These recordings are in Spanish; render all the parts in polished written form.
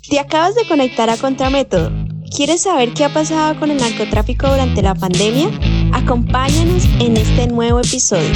Te acabas de conectar a Contramétodo. ¿Quieres saber qué ha pasado con el narcotráfico durante la pandemia? Acompáñanos en este nuevo episodio.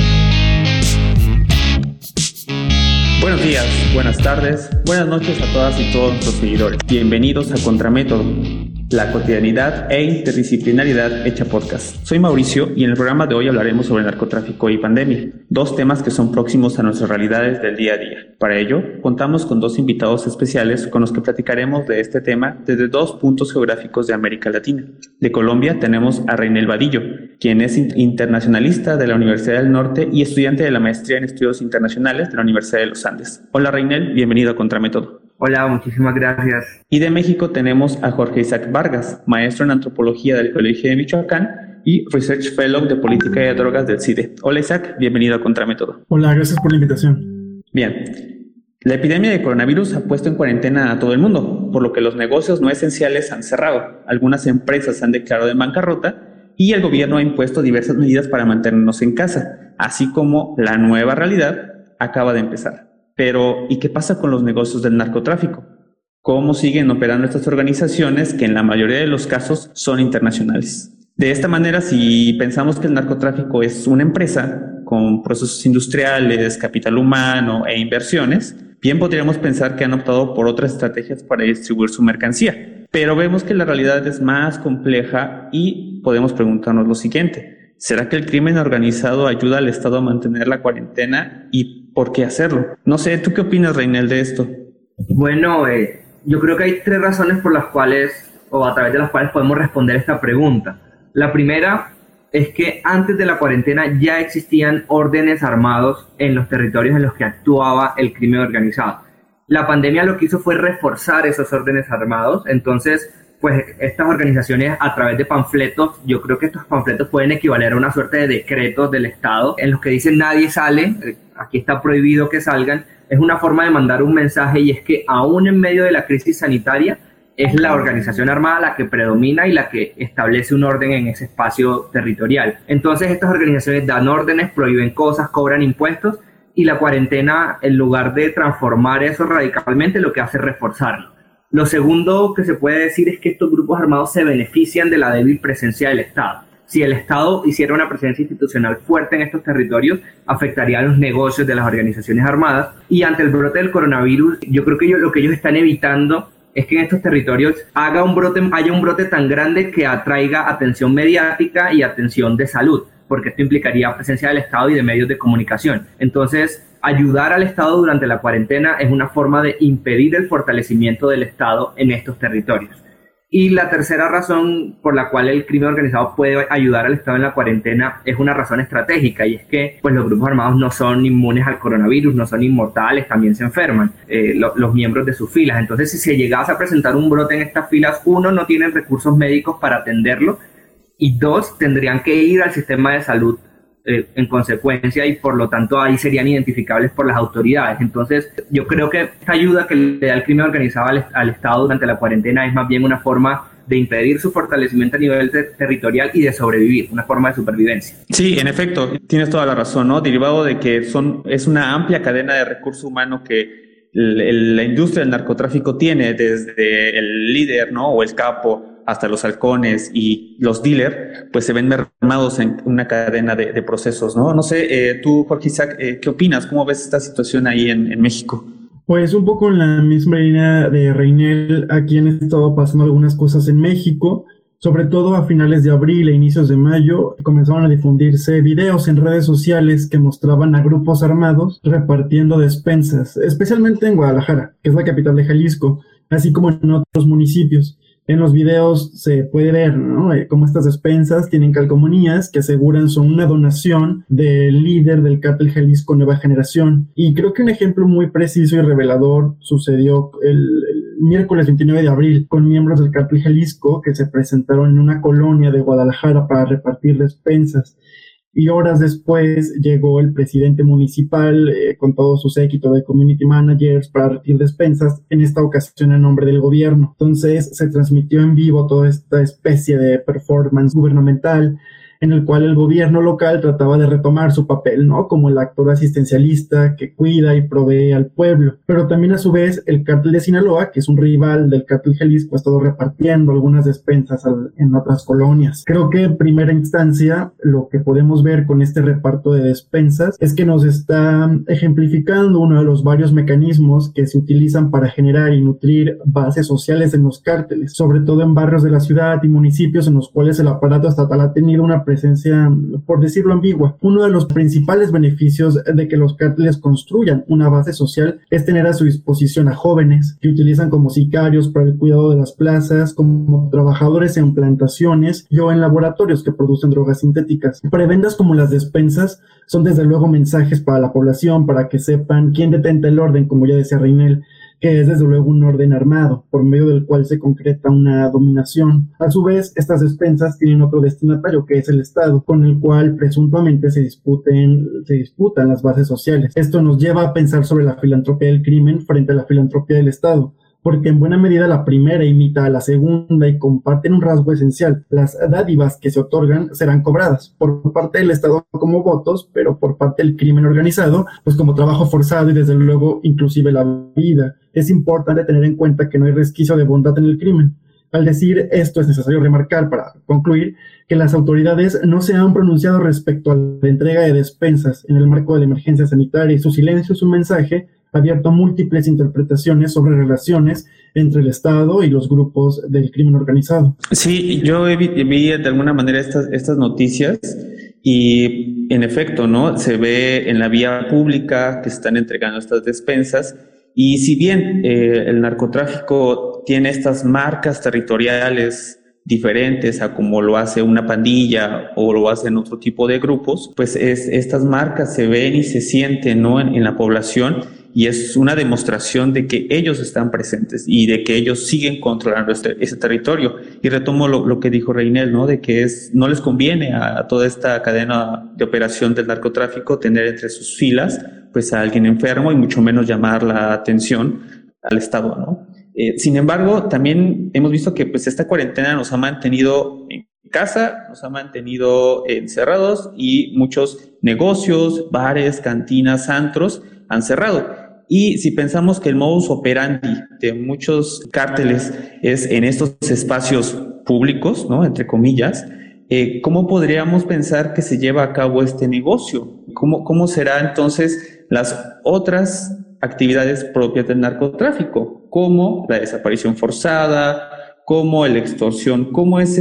Buenos días, buenas tardes, buenas noches a todas y todos nuestros seguidores. Bienvenidos a Contramétodo, la cotidianidad e interdisciplinariedad hecha podcast. Soy Mauricio y en el programa de hoy hablaremos sobre narcotráfico y pandemia, dos temas que son próximos a nuestras realidades del día a día. Para ello, contamos con dos invitados especiales con los que platicaremos de este tema desde dos puntos geográficos de América Latina. De Colombia tenemos a Reinel Vadillo, quien es internacionalista de la Universidad del Norte y estudiante de la maestría en estudios internacionales de la Universidad de los Andes. Hola Reinel, bienvenido a Contramétodo. Hola, muchísimas gracias. Y de México tenemos a Jorge Isaac Vargas, maestro en antropología del Colegio de Michoacán y Research Fellow de Política de Drogas del CIDE. Hola Isaac, bienvenido a Contramétodo. Hola, gracias por la invitación. Bien, la epidemia de coronavirus ha puesto en cuarentena a todo el mundo, por lo que los negocios no esenciales han cerrado, algunas empresas han declarado en bancarrota y el gobierno ha impuesto diversas medidas para mantenernos en casa, así como la nueva realidad acaba de empezar. Pero, ¿y qué pasa con los negocios del narcotráfico? ¿Cómo siguen operando estas organizaciones que en la mayoría de los casos son internacionales? De esta manera, si pensamos que el narcotráfico es una empresa con procesos industriales, capital humano e inversiones, bien podríamos pensar que han optado por otras estrategias para distribuir su mercancía. Pero vemos que la realidad es más compleja y podemos preguntarnos lo siguiente. ¿Será que el crimen organizado ayuda al Estado a mantener la cuarentena y por qué hacerlo? No sé, ¿tú qué opinas, Reinel, de esto? Bueno, yo creo que hay tres razones por las cuales, o a través de las cuales podemos responder esta pregunta. La primera es que antes de la cuarentena ya existían órdenes armados en los territorios en los que actuaba el crimen organizado. La pandemia lo que hizo fue reforzar esos órdenes armados, entonces pues estas organizaciones a través de panfletos, yo creo que estos panfletos pueden equivaler a una suerte de decretos del Estado en los que dicen nadie sale, aquí está prohibido que salgan. Es una forma de mandar un mensaje y es que aún en medio de la crisis sanitaria es la organización armada la que predomina y la que establece un orden en ese espacio territorial. Entonces estas organizaciones dan órdenes, prohíben cosas, cobran impuestos y la cuarentena, en lugar de transformar eso radicalmente, lo que hace es reforzarlo. Lo segundo que se puede decir es que estos grupos armados se benefician de la débil presencia del Estado. Si el Estado hiciera una presencia institucional fuerte en estos territorios, afectaría a los negocios de las organizaciones armadas. Y ante el brote del coronavirus, yo creo que lo que ellos están evitando es que en estos territorios haya un brote tan grande que atraiga atención mediática y atención de salud, porque esto implicaría presencia del Estado y de medios de comunicación. Entonces, ayudar al Estado durante la cuarentena es una forma de impedir el fortalecimiento del Estado en estos territorios. Y la tercera razón por la cual el crimen organizado puede ayudar al Estado en la cuarentena es una razón estratégica, y es que pues, los grupos armados no son inmunes al coronavirus, no son inmortales, también se enferman los miembros de sus filas. Entonces, si se llegase a presentar un brote en estas filas, uno, no tienen recursos médicos para atenderlo, y dos, tendrían que ir al sistema de salud en consecuencia y por lo tanto ahí serían identificables por las autoridades. Entonces yo creo que esta ayuda que le da el crimen organizado al Estado durante la cuarentena es más bien una forma de impedir su fortalecimiento a nivel territorial y de sobrevivir, una forma de supervivencia. Sí, en efecto, tienes toda la razón, ¿no? Derivado de que es una amplia cadena de recurso humano que la industria del narcotráfico tiene, desde el líder, ¿no? O el capo, hasta los halcones y los dealers, pues se ven mermados en una cadena de procesos, ¿no? No sé, tú, Jorge Isaac, ¿qué opinas? ¿Cómo ves esta situación ahí en México? Pues un poco en la misma línea de Reinel, aquí han estado pasando algunas cosas en México, sobre todo a finales de abril e inicios de mayo, comenzaron a difundirse videos en redes sociales que mostraban a grupos armados repartiendo despensas, especialmente en Guadalajara, que es la capital de Jalisco, así como en otros municipios. En los videos se puede ver, ¿no?, cómo estas despensas tienen calcomanías que aseguran son una donación del líder del cártel Jalisco Nueva Generación. Y creo que un ejemplo muy preciso y revelador sucedió el miércoles 29 de abril con miembros del cártel Jalisco que se presentaron en una colonia de Guadalajara para repartir despensas. Y horas después llegó el presidente municipal con todo su séquito de community managers para repartir despensas, en esta ocasión en nombre del gobierno. Entonces se transmitió en vivo toda esta especie de performance gubernamental en el cual el gobierno local trataba de retomar su papel, ¿no? Como el actor asistencialista que cuida y provee al pueblo. Pero también a su vez el cártel de Sinaloa, que es un rival del cártel Jalisco, ha estado repartiendo algunas despensas en otras colonias. Creo que en primera instancia lo que podemos ver con este reparto de despensas es que nos está ejemplificando uno de los varios mecanismos que se utilizan para generar y nutrir bases sociales en los cárteles, sobre todo en barrios de la ciudad y municipios en los cuales el aparato estatal ha tenido una presencia, por decirlo, ambigua. Uno de los principales beneficios de que los cárteles construyan una base social es tener a su disposición a jóvenes que utilizan como sicarios para el cuidado de las plazas, como trabajadores en plantaciones y o en laboratorios que producen drogas sintéticas. Prebendas como las despensas son desde luego mensajes para la población, para que sepan quién detenta el orden, como ya decía Reinel, que es desde luego un orden armado, por medio del cual se concreta una dominación. A su vez, estas despensas tienen otro destinatario, que es el Estado, con el cual presuntamente se disputan las bases sociales. Esto nos lleva a pensar sobre la filantropía del crimen frente a la filantropía del Estado, porque en buena medida la primera imita a la segunda y comparten un rasgo esencial. Las dádivas que se otorgan serán cobradas por parte del Estado como votos, pero por parte del crimen organizado, pues como trabajo forzado y desde luego inclusive la vida. Es importante tener en cuenta que no hay resquicio de bondad en el crimen. Al decir esto, es necesario remarcar, para concluir, que las autoridades no se han pronunciado respecto a la entrega de despensas en el marco de la emergencia sanitaria, y su silencio es un mensaje abierto a múltiples interpretaciones sobre relaciones entre el Estado y los grupos del crimen organizado. Sí, yo vi de alguna manera estas noticias y en efecto, ¿no? Se ve en la vía pública que se están entregando estas despensas, y si bien el narcotráfico tiene estas marcas territoriales diferentes a como lo hace una pandilla o lo hacen otro tipo de grupos, pues estas marcas se ven y se sienten, ¿no? en la población, y es una demostración de que ellos están presentes y de que ellos siguen controlando ese territorio. Y retomo lo que dijo Reinel, ¿no? De que no les conviene a toda esta cadena de operación del narcotráfico tener entre sus filas pues a alguien enfermo, y mucho menos llamar la atención al Estado, ¿no? Sin embargo, también hemos visto que pues esta cuarentena nos ha mantenido en casa, nos ha mantenido encerrados, y muchos negocios, bares, cantinas, antros han cerrado. Y si pensamos que el modus operandi de muchos cárteles es en estos espacios públicos, ¿no? Entre comillas, ¿cómo podríamos pensar que se lleva a cabo este negocio? ¿Cómo será entonces las otras actividades propias del narcotráfico, como la desaparición forzada, como la extorsión? ¿Cómo es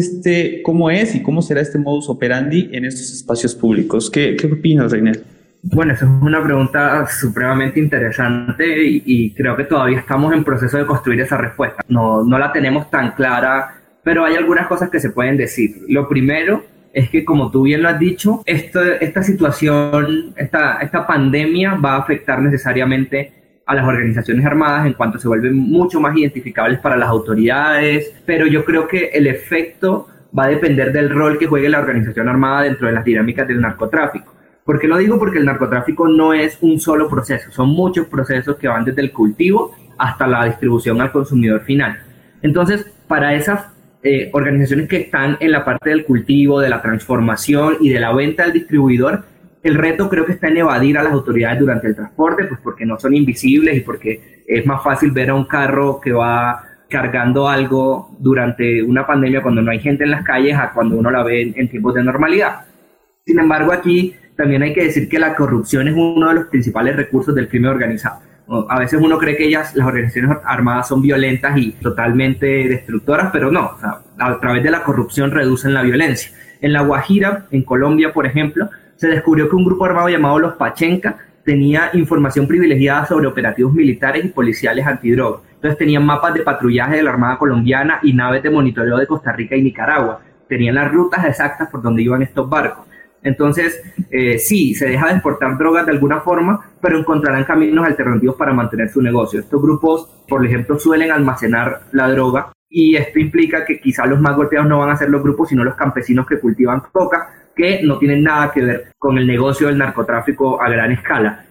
y cómo será este modus operandi en estos espacios públicos? ¿Qué opinas, Reinel? Bueno, esa es una pregunta supremamente interesante y creo que todavía estamos en proceso de construir esa respuesta. No la tenemos tan clara, pero hay algunas cosas que se pueden decir. Lo primero es que, como tú bien lo has dicho, esta situación, esta pandemia va a afectar necesariamente a las organizaciones armadas en cuanto se vuelven mucho más identificables para las autoridades, pero yo creo que el efecto va a depender del rol que juegue la organización armada dentro de las dinámicas del narcotráfico. ¿Por qué lo digo? Porque el narcotráfico no es un solo proceso, son muchos procesos que van desde el cultivo hasta la distribución al consumidor final. Entonces, para esas organizaciones que están en la parte del cultivo, de la transformación y de la venta al distribuidor, el reto creo que está en evadir a las autoridades durante el transporte, pues porque no son invisibles y porque es más fácil ver a un carro que va cargando algo durante una pandemia cuando no hay gente en las calles a cuando uno la ve en tiempos de normalidad. Sin embargo, aquí también hay que decir que la corrupción es uno de los principales recursos del crimen organizado. A veces uno cree que las organizaciones armadas son violentas y totalmente destructoras, pero no. O sea, a través de la corrupción reducen la violencia. En La Guajira, en Colombia, por ejemplo, se descubrió que un grupo armado llamado Los Pachenca tenía información privilegiada sobre operativos militares y policiales antidroga. Entonces tenían mapas de patrullaje de la Armada colombiana y naves de monitoreo de Costa Rica y Nicaragua. Tenían las rutas exactas por donde iban estos barcos. Entonces, sí, se deja de exportar drogas de alguna forma, pero encontrarán caminos alternativos para mantener su negocio. Estos grupos, por ejemplo, suelen almacenar la droga, y esto implica que quizá los más golpeados no van a ser los grupos, sino los campesinos que cultivan coca, que no tienen nada que ver con el negocio del narcotráfico a gran escala.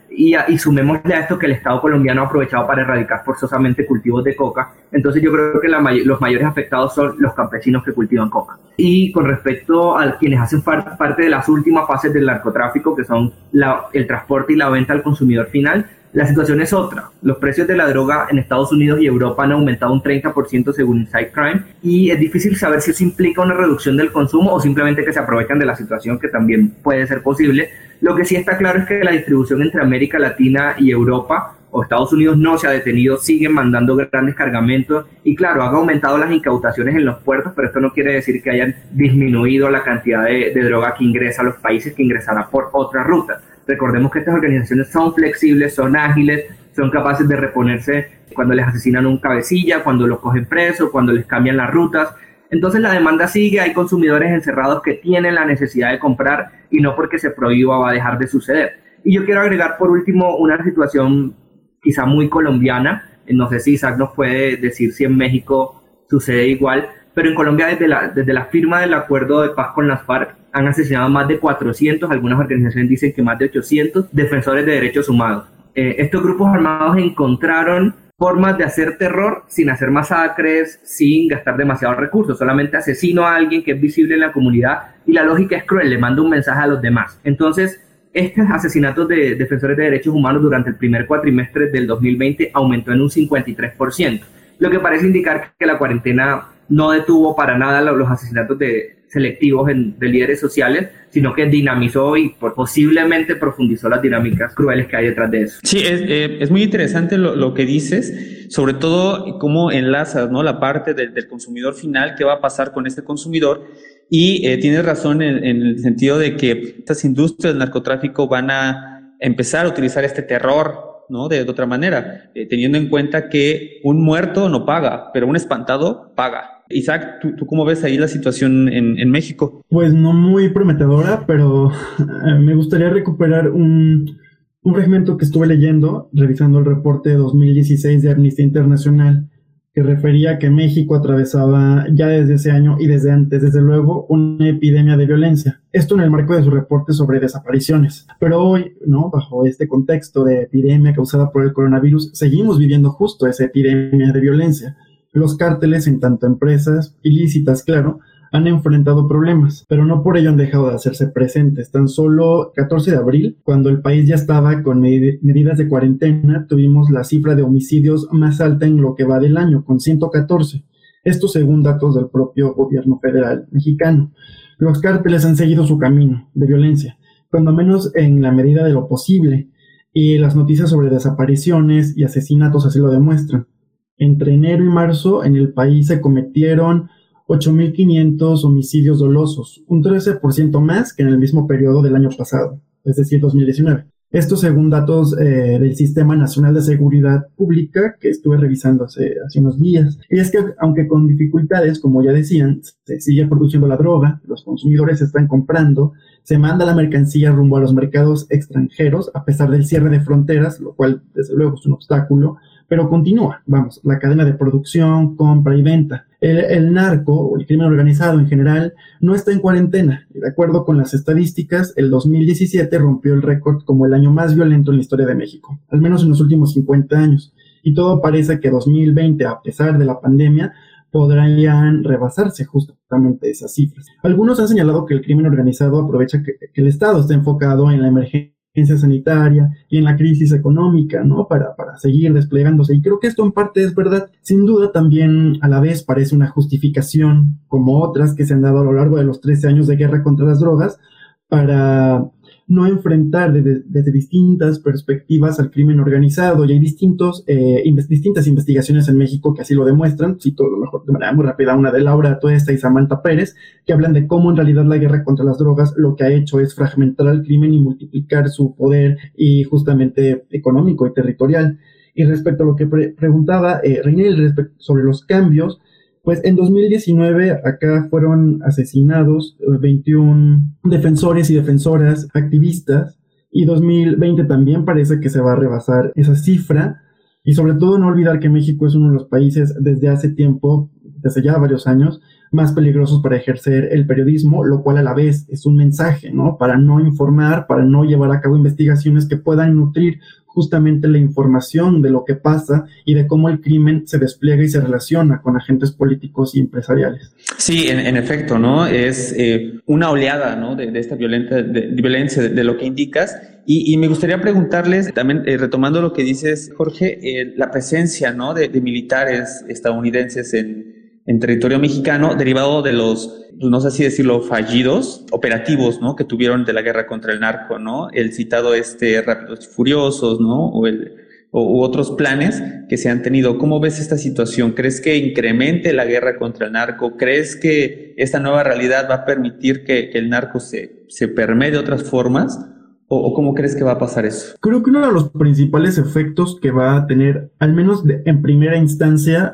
y sumémosle a esto que el Estado colombiano ha aprovechado para erradicar forzosamente cultivos de coca. Entonces yo creo que los mayores afectados son los campesinos que cultivan coca. Y con respecto a quienes hacen parte de las últimas fases del narcotráfico, que son el transporte y la venta al consumidor final, la situación es otra. Los precios de la droga en Estados Unidos y Europa han aumentado un 30% según Inside Crime, y es difícil saber si eso implica una reducción del consumo o simplemente que se aprovechan de la situación, que también puede ser posible. Lo que sí está claro es que la distribución entre América Latina y Europa o Estados Unidos no se ha detenido, siguen mandando grandes cargamentos y claro, han aumentado las incautaciones en los puertos, pero esto no quiere decir que hayan disminuido la cantidad de droga que ingresa a los países, que ingresará por otra ruta. Recordemos que estas organizaciones son flexibles, son ágiles, son capaces de reponerse cuando les asesinan un cabecilla, cuando los cogen presos, cuando les cambian las rutas. Entonces la demanda sigue, hay consumidores encerrados que tienen la necesidad de comprar y no porque se prohíba va a dejar de suceder. Y yo quiero agregar por último una situación quizá muy colombiana, no sé si Isaac nos puede decir si en México sucede igual, pero en Colombia desde la firma del acuerdo de paz con las FARC han asesinado a más de 400, algunas organizaciones dicen que más de 800 defensores de derechos humanos. Estos grupos armados encontraron formas de hacer terror sin hacer masacres, sin gastar demasiados recursos. Solamente asesino a alguien que es visible en la comunidad y la lógica es cruel, le manda un mensaje a los demás. Entonces, estos asesinatos de defensores de derechos humanos durante el primer cuatrimestre del 2020 aumentó en un 53%, lo que parece indicar que la cuarentena no detuvo para nada los asesinatos selectivos de líderes sociales, sino que dinamizó y posiblemente profundizó las dinámicas crueles que hay detrás de eso. Sí, es muy interesante lo que dices, sobre todo cómo enlazas, ¿no?, la parte del consumidor final, qué va a pasar con este consumidor, y tienes razón en el sentido de que estas industrias del narcotráfico van a empezar a utilizar este terror, ¿no?, de otra manera, teniendo en cuenta que un muerto no paga, pero un espantado paga. Isaac, ¿tú cómo ves ahí la situación en México? Pues no muy prometedora, pero me gustaría recuperar un fragmento que estuve leyendo, revisando el reporte de 2016 de Amnistía Internacional, que refería que México atravesaba ya desde ese año y desde antes, desde luego, una epidemia de violencia. Esto en el marco de su reporte sobre desapariciones. Pero hoy, ¿no?, bajo este contexto de epidemia causada por el coronavirus, seguimos viviendo justo esa epidemia de violencia. Los cárteles, en tanto empresas ilícitas, claro, han enfrentado problemas, pero no por ello han dejado de hacerse presentes. Tan solo 14 de abril, cuando el país ya estaba con medidas de cuarentena, tuvimos la cifra de homicidios más alta en lo que va del año, con 114. Esto según datos del propio gobierno federal mexicano. Los cárteles han seguido su camino de violencia, cuando menos en la medida de lo posible, y las noticias sobre desapariciones y asesinatos así lo demuestran. Entre enero y marzo, en el país se cometieron 8.500 homicidios dolosos, un 13% más que en el mismo periodo del año pasado, es decir, 2019. Esto según datos del Sistema Nacional de Seguridad Pública que estuve revisando hace unos días. Y es que, aunque con dificultades, como ya decían, se sigue produciendo la droga, los consumidores están comprando, se manda la mercancía rumbo a los mercados extranjeros, a pesar del cierre de fronteras, lo cual desde luego es un obstáculo, pero continúa, la cadena de producción, compra y venta. El narco, o el crimen organizado en general, no está en cuarentena. De acuerdo con las estadísticas, el 2017 rompió el récord como el año más violento en la historia de México, al menos en los últimos 50 años. Y todo parece que 2020, a pesar de la pandemia, podrían rebasarse justamente esas cifras. Algunos han señalado que el crimen organizado aprovecha que el Estado está enfocado en la emergencia sanitaria y en la crisis económica, ¿no?, para seguir desplegándose. Y creo que esto en parte es verdad. Sin duda también a la vez parece una justificación, como otras que se han dado a lo largo de los 13 años de guerra contra las drogas, para no enfrentar desde distintas perspectivas al crimen organizado. Y hay distintas investigaciones en México que así lo demuestran. Cito a lo mejor de manera muy rápida una de Laura Tuesta y Samantha Pérez, que hablan de cómo en realidad la guerra contra las drogas lo que ha hecho es fragmentar el crimen y multiplicar su poder y justamente económico y territorial. Y respecto a lo que preguntaba Reinel sobre los cambios, pues en 2019 acá fueron asesinados 21 defensores y defensoras activistas, y 2020 también parece que se va a rebasar esa cifra. Y sobre todo no olvidar que México es uno de los países desde hace tiempo, desde ya varios años, más peligrosos para ejercer el periodismo, lo cual a la vez es un mensaje, ¿no? Para no informar, para no llevar a cabo investigaciones que puedan nutrir justamente la información de lo que pasa y de cómo el crimen se despliega y se relaciona con agentes políticos y empresariales. Sí, en efecto, ¿no? Es una oleada, ¿no? de esta violencia de lo que indicas. Y me gustaría preguntarles, también retomando lo que dices, Jorge, la presencia, ¿no? de militares estadounidenses en territorio mexicano, derivado de los, no sé si decirlo, fallidos operativos, ¿no? que tuvieron de la guerra contra el narco, ¿no? El citado Rápidos y Furiosos, ¿no? U otros planes que se han tenido. ¿Cómo ves esta situación? ¿Crees que incremente la guerra contra el narco? ¿Crees que esta nueva realidad va a permitir que el narco se permee de otras formas? ¿O cómo crees que va a pasar eso? Creo que uno de los principales efectos que va a tener, al menos en primera instancia,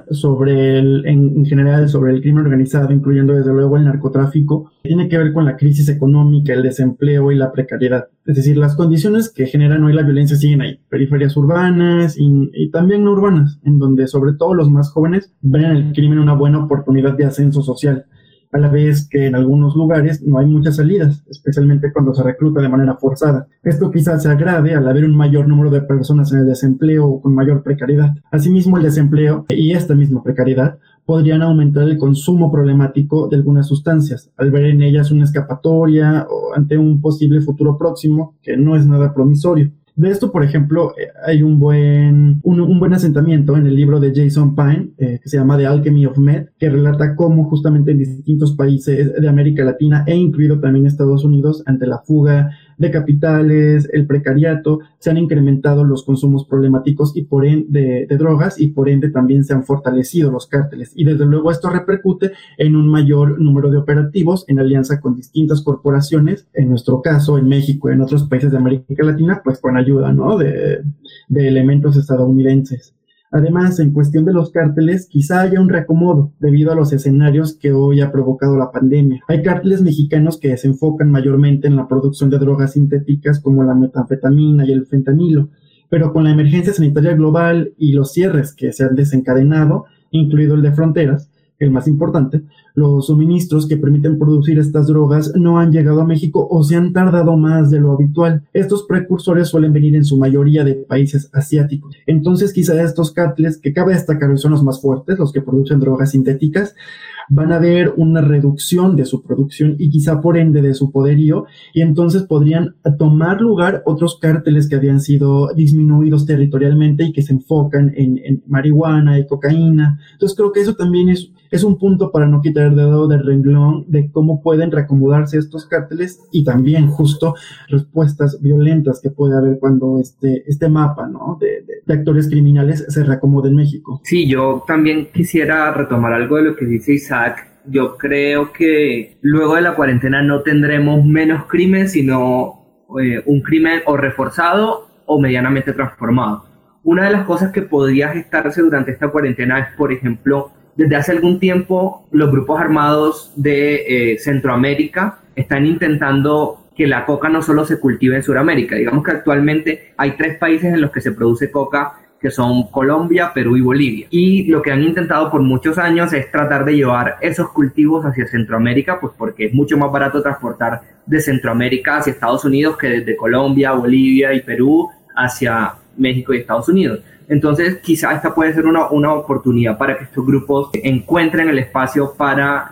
en general sobre el crimen organizado, incluyendo desde luego el narcotráfico, tiene que ver con la crisis económica, el desempleo y la precariedad. Es decir, las condiciones que generan hoy la violencia siguen ahí, periferias urbanas y también no urbanas, en donde sobre todo los más jóvenes ven en el crimen una buena oportunidad de ascenso social, a la vez que en algunos lugares no hay muchas salidas, especialmente cuando se recluta de manera forzada. Esto quizás se agrave al haber un mayor número de personas en el desempleo o con mayor precariedad. Asimismo, el desempleo y esta misma precariedad podrían aumentar el consumo problemático de algunas sustancias, al ver en ellas una escapatoria o ante un posible futuro próximo que no es nada promisorio. De esto, por ejemplo, hay un buen asentamiento en el libro de Jason Pine, que se llama The Alchemy of Meth, que relata cómo justamente en distintos países de América Latina, e incluido también Estados Unidos, ante la fuga de capitales, el precariato, se han incrementado los consumos problemáticos y por ende de drogas, y por ende también se han fortalecido los cárteles. Y desde luego esto repercute en un mayor número de operativos en alianza con distintas corporaciones, en nuestro caso en México y en otros países de América Latina, pues con ayuda, ¿no? de elementos estadounidenses. Además, en cuestión de los cárteles, quizá haya un reacomodo debido a los escenarios que hoy ha provocado la pandemia. Hay cárteles mexicanos que se enfocan mayormente en la producción de drogas sintéticas como la metanfetamina y el fentanilo, pero con la emergencia sanitaria global y los cierres que se han desencadenado, incluido el de fronteras, el más importante, los suministros que permiten producir estas drogas no han llegado a México o se han tardado más de lo habitual. Estos precursores suelen venir en su mayoría de países asiáticos. Entonces quizá estos cárteles, que cabe destacar son los más fuertes, los que producen drogas sintéticas, van a ver una reducción de su producción y quizá por ende de su poderío, y entonces podrían tomar lugar otros cárteles que habían sido disminuidos territorialmente y que se enfocan en marihuana y cocaína. Entonces creo que eso también es un punto para no quitar el dedo del renglón de cómo pueden reacomodarse estos cárteles y también justo respuestas violentas que puede haber cuando este mapa, ¿no? de actores criminales se reacomode en México. Sí, yo también quisiera retomar algo de lo que dice Isaac. Yo creo que luego de la cuarentena no tendremos menos crimen, sino un crimen o reforzado o medianamente transformado. Una de las cosas que podría gestarse durante esta cuarentena es, por ejemplo, desde hace algún tiempo los grupos armados de Centroamérica están intentando que la coca no solo se cultive en Sudamérica. Digamos que actualmente hay 3 países en los que se produce coca, que son Colombia, Perú y Bolivia. Y lo que han intentado por muchos años es tratar de llevar esos cultivos hacia Centroamérica, pues porque es mucho más barato transportar de Centroamérica hacia Estados Unidos que desde Colombia, Bolivia y Perú hacia México y Estados Unidos. Entonces, quizá esta puede ser una oportunidad para que estos grupos encuentren el espacio para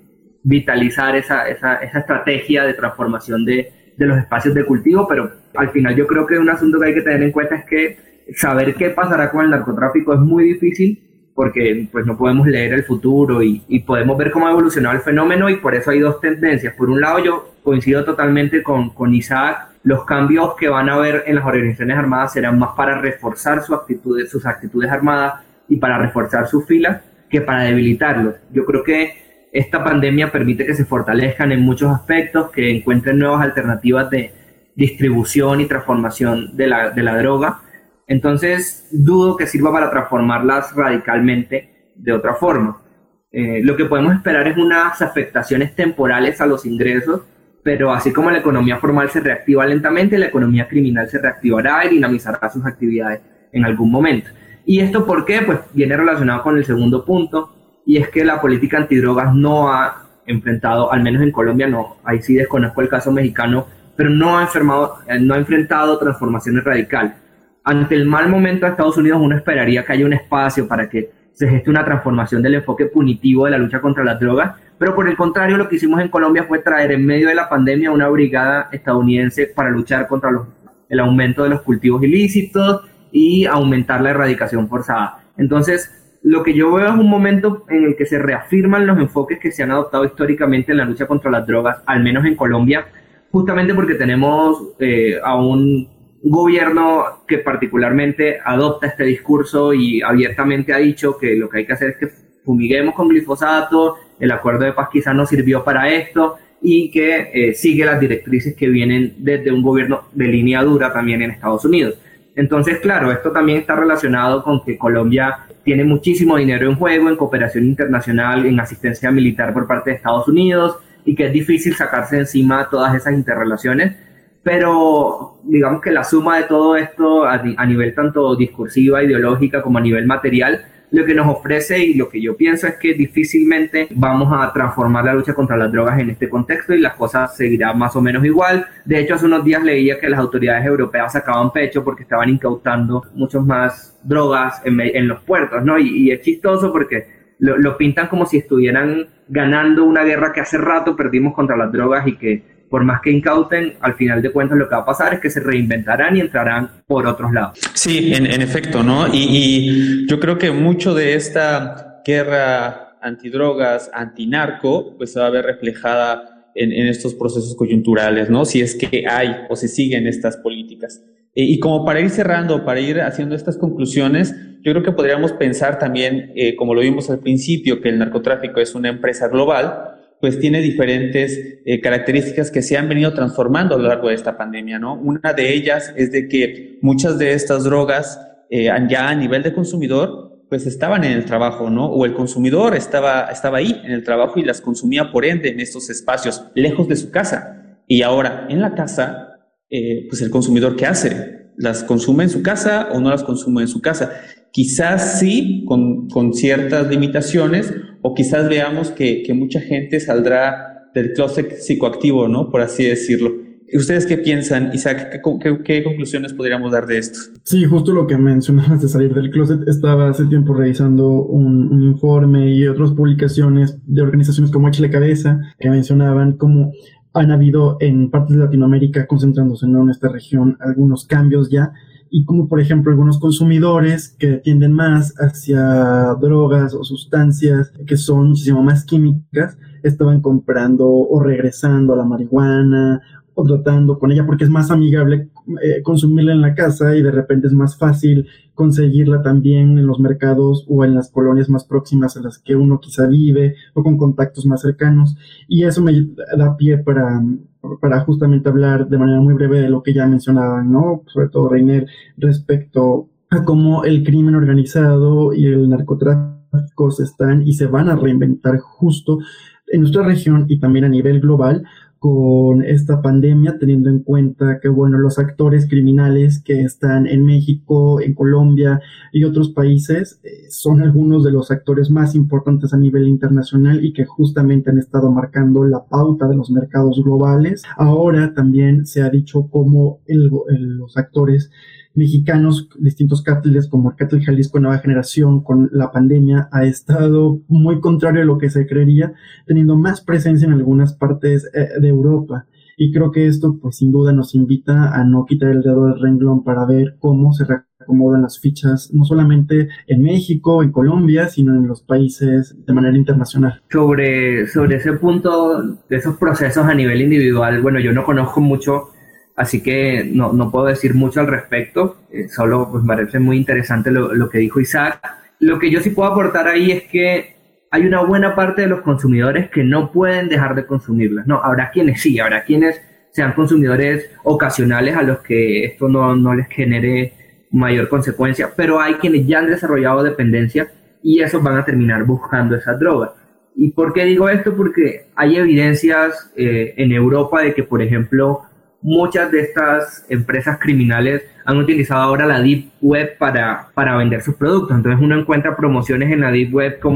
vitalizar esa estrategia de transformación de los espacios de cultivo, pero al final yo creo que un asunto que hay que tener en cuenta es que saber qué pasará con el narcotráfico es muy difícil porque pues no podemos leer el futuro y podemos ver cómo ha evolucionado el fenómeno, y por eso hay 2 tendencias. Por un lado, yo coincido totalmente con Isaac. Los cambios que van a haber en las organizaciones armadas serán más para reforzar sus actitudes armadas y para reforzar sus filas que para debilitarlos. Yo creo que esta pandemia permite que se fortalezcan en muchos aspectos, que encuentren nuevas alternativas de distribución y transformación de la droga. Entonces, dudo que sirva para transformarlas radicalmente de otra forma. Lo que podemos esperar es unas afectaciones temporales a los ingresos, pero así como la economía formal se reactiva lentamente, la economía criminal se reactivará y dinamizará sus actividades en algún momento. ¿Y esto por qué? Pues viene relacionado con el segundo punto, y es que la política antidrogas no ha enfrentado, al menos en Colombia no, ahí sí desconozco el caso mexicano, pero no ha enfrentado transformaciones radicales. Ante el mal momento de Estados Unidos, uno esperaría que haya un espacio para que se geste una transformación del enfoque punitivo de la lucha contra las drogas, pero por el contrario, lo que hicimos en Colombia fue traer en medio de la pandemia una brigada estadounidense para luchar contra el aumento de los cultivos ilícitos y aumentar la erradicación forzada. Entonces, lo que yo veo es un momento en el que se reafirman los enfoques que se han adoptado históricamente en la lucha contra las drogas, al menos en Colombia, justamente porque tenemos a un gobierno que particularmente adopta este discurso y abiertamente ha dicho que lo que hay que hacer es que fumiguemos con glifosato, el acuerdo de paz quizás no sirvió para esto, y que sigue las directrices que vienen desde un gobierno de línea dura también en Estados Unidos. Entonces, claro, esto también está relacionado con que Colombia tiene muchísimo dinero en juego, en cooperación internacional, en asistencia militar por parte de Estados Unidos, y que es difícil sacarse encima todas esas interrelaciones, pero digamos que la suma de todo esto a nivel tanto discursiva, ideológica, como a nivel material, lo que nos ofrece y lo que yo pienso es que difícilmente vamos a transformar la lucha contra las drogas en este contexto y las cosas seguirán más o menos igual. De hecho, hace unos días leía que las autoridades europeas sacaban pecho porque estaban incautando muchas más drogas en los puertos, ¿no? Y es chistoso porque lo pintan como si estuvieran ganando una guerra que hace rato perdimos contra las drogas y que por más que incauten, al final de cuentas lo que va a pasar es que se reinventarán y entrarán por otros lados. Sí, en efecto, ¿no? Y yo creo que mucho de esta guerra antidrogas, antinarco, pues se va a ver reflejada en estos procesos coyunturales, ¿no? Si es que hay o se siguen estas políticas. Y como para ir cerrando, para ir haciendo estas conclusiones, yo creo que podríamos pensar también, como lo vimos al principio, que el narcotráfico es una empresa global, pues tiene diferentes características que se han venido transformando a lo largo de esta pandemia, ¿no? Una de ellas es de que muchas de estas drogas ya a nivel de consumidor pues estaban en el trabajo, ¿no? O el consumidor estaba ahí en el trabajo y las consumía por ende en estos espacios, lejos de su casa. Y ahora en la casa, pues el consumidor, ¿qué hace? ¿Las consume en su casa o no las consume en su casa? Quizás sí, con ciertas limitaciones, o quizás veamos que mucha gente saldrá del closet psicoactivo, ¿no? Por así decirlo. ¿Ustedes qué piensan, Isaac? ¿Qué conclusiones podríamos dar de esto? Sí, justo lo que mencionabas de salir del closet. Estaba hace tiempo revisando un informe y otras publicaciones de organizaciones como Échale Cabeza que mencionaban cómo han habido en partes de Latinoamérica, concentrándose en esta región, algunos cambios ya, y como por ejemplo algunos consumidores que tienden más hacia drogas o sustancias que son muchísimo más químicas, estaban comprando o regresando a la marihuana o tratando con ella porque es más amigable consumirla en la casa y de repente es más fácil conseguirla también en los mercados o en las colonias más próximas a las que uno quizá vive o con contactos más cercanos, y eso me da pie para justamente hablar de manera muy breve de lo que ya mencionaban, ¿no? Sobre todo Reiner, respecto a cómo el crimen organizado y el narcotráfico se están y se van a reinventar justo en nuestra región y también a nivel global con esta pandemia, teniendo en cuenta que, bueno, los actores criminales que están en México, en Colombia y otros países son algunos de los actores más importantes a nivel internacional y que justamente han estado marcando la pauta de los mercados globales. Ahora también se ha dicho cómo los actores mexicanos, distintos cárteles como el cártel Jalisco Nueva Generación, con la pandemia ha estado muy contrario a lo que se creería, teniendo más presencia en algunas partes de Europa. Y creo que esto, pues sin duda, nos invita a no quitar el dedo del renglón para ver cómo se reacomodan las fichas, no solamente en México, en Colombia, sino en los países de manera internacional. Sobre ese punto de esos procesos a nivel individual, bueno, yo no conozco mucho, así que no puedo decir mucho al respecto, solo pues me parece muy interesante lo que dijo Isaac. Lo que yo sí puedo aportar ahí es que hay una buena parte de los consumidores que no pueden dejar de consumirlas. No, habrá quienes sí, habrá quienes sean consumidores ocasionales a los que esto no les genere mayor consecuencia, pero hay quienes ya han desarrollado dependencia y esos van a terminar buscando esas drogas. ¿Y por qué digo esto? Porque hay evidencias en Europa de que, por ejemplo, muchas de estas empresas criminales han utilizado ahora la Deep Web para vender sus productos. Entonces uno encuentra promociones en la Deep Web como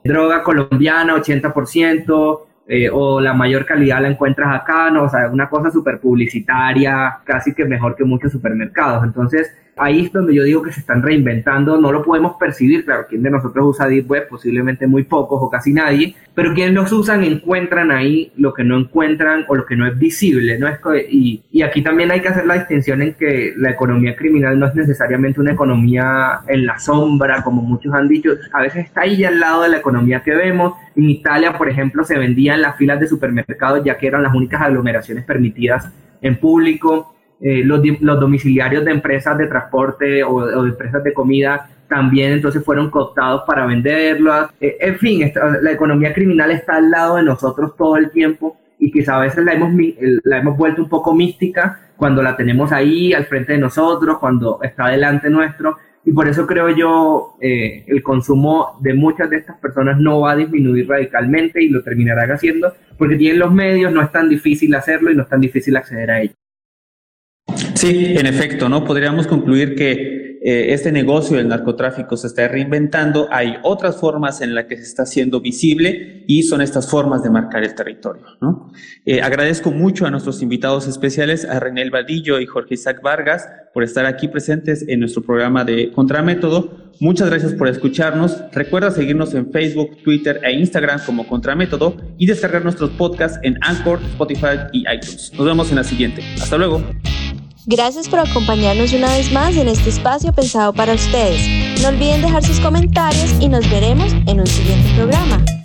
droga colombiana 80%, o la mayor calidad la encuentras acá, ¿no? O sea, una cosa súper publicitaria, casi que mejor que muchos supermercados. Entonces, ahí es donde yo digo que se están reinventando. No lo podemos percibir, claro, quien de nosotros usa Deep Web, posiblemente muy pocos o casi nadie, pero quienes los usan encuentran ahí lo que no encuentran o lo que no es visible, ¿no? Y aquí también hay que hacer la distinción en que la economía criminal no es necesariamente una economía en la sombra, como muchos han dicho. A veces está ahí al lado de la economía que vemos. En Italia, por ejemplo, se vendía en las filas de supermercados, ya que eran las únicas aglomeraciones permitidas en público. Los domiciliarios de empresas de transporte o de empresas de comida también entonces fueron cooptados para venderlas. En fin, la economía criminal está al lado de nosotros todo el tiempo y quizá a veces la hemos vuelto un poco mística cuando la tenemos ahí al frente de nosotros, cuando está delante nuestro. Y por eso creo yo el consumo de muchas de estas personas no va a disminuir radicalmente y lo terminarán haciendo porque tienen los medios, no es tan difícil hacerlo y no es tan difícil acceder a ello. Sí, en efecto, ¿no? Podríamos concluir que este negocio del narcotráfico se está reinventando. Hay otras formas en las que se está haciendo visible y son estas formas de marcar el territorio, ¿no? Agradezco mucho a nuestros invitados especiales, a Reinel Vadillo y Jorge Isaac Vargas, por estar aquí presentes en nuestro programa de Contramétodo. Muchas gracias por escucharnos. Recuerda seguirnos en Facebook, Twitter e Instagram como Contramétodo y descargar nuestros podcasts en Anchor, Spotify y iTunes. Nos vemos en la siguiente. Hasta luego. Gracias por acompañarnos una vez más en este espacio pensado para ustedes. No olviden dejar sus comentarios y nos veremos en un siguiente programa.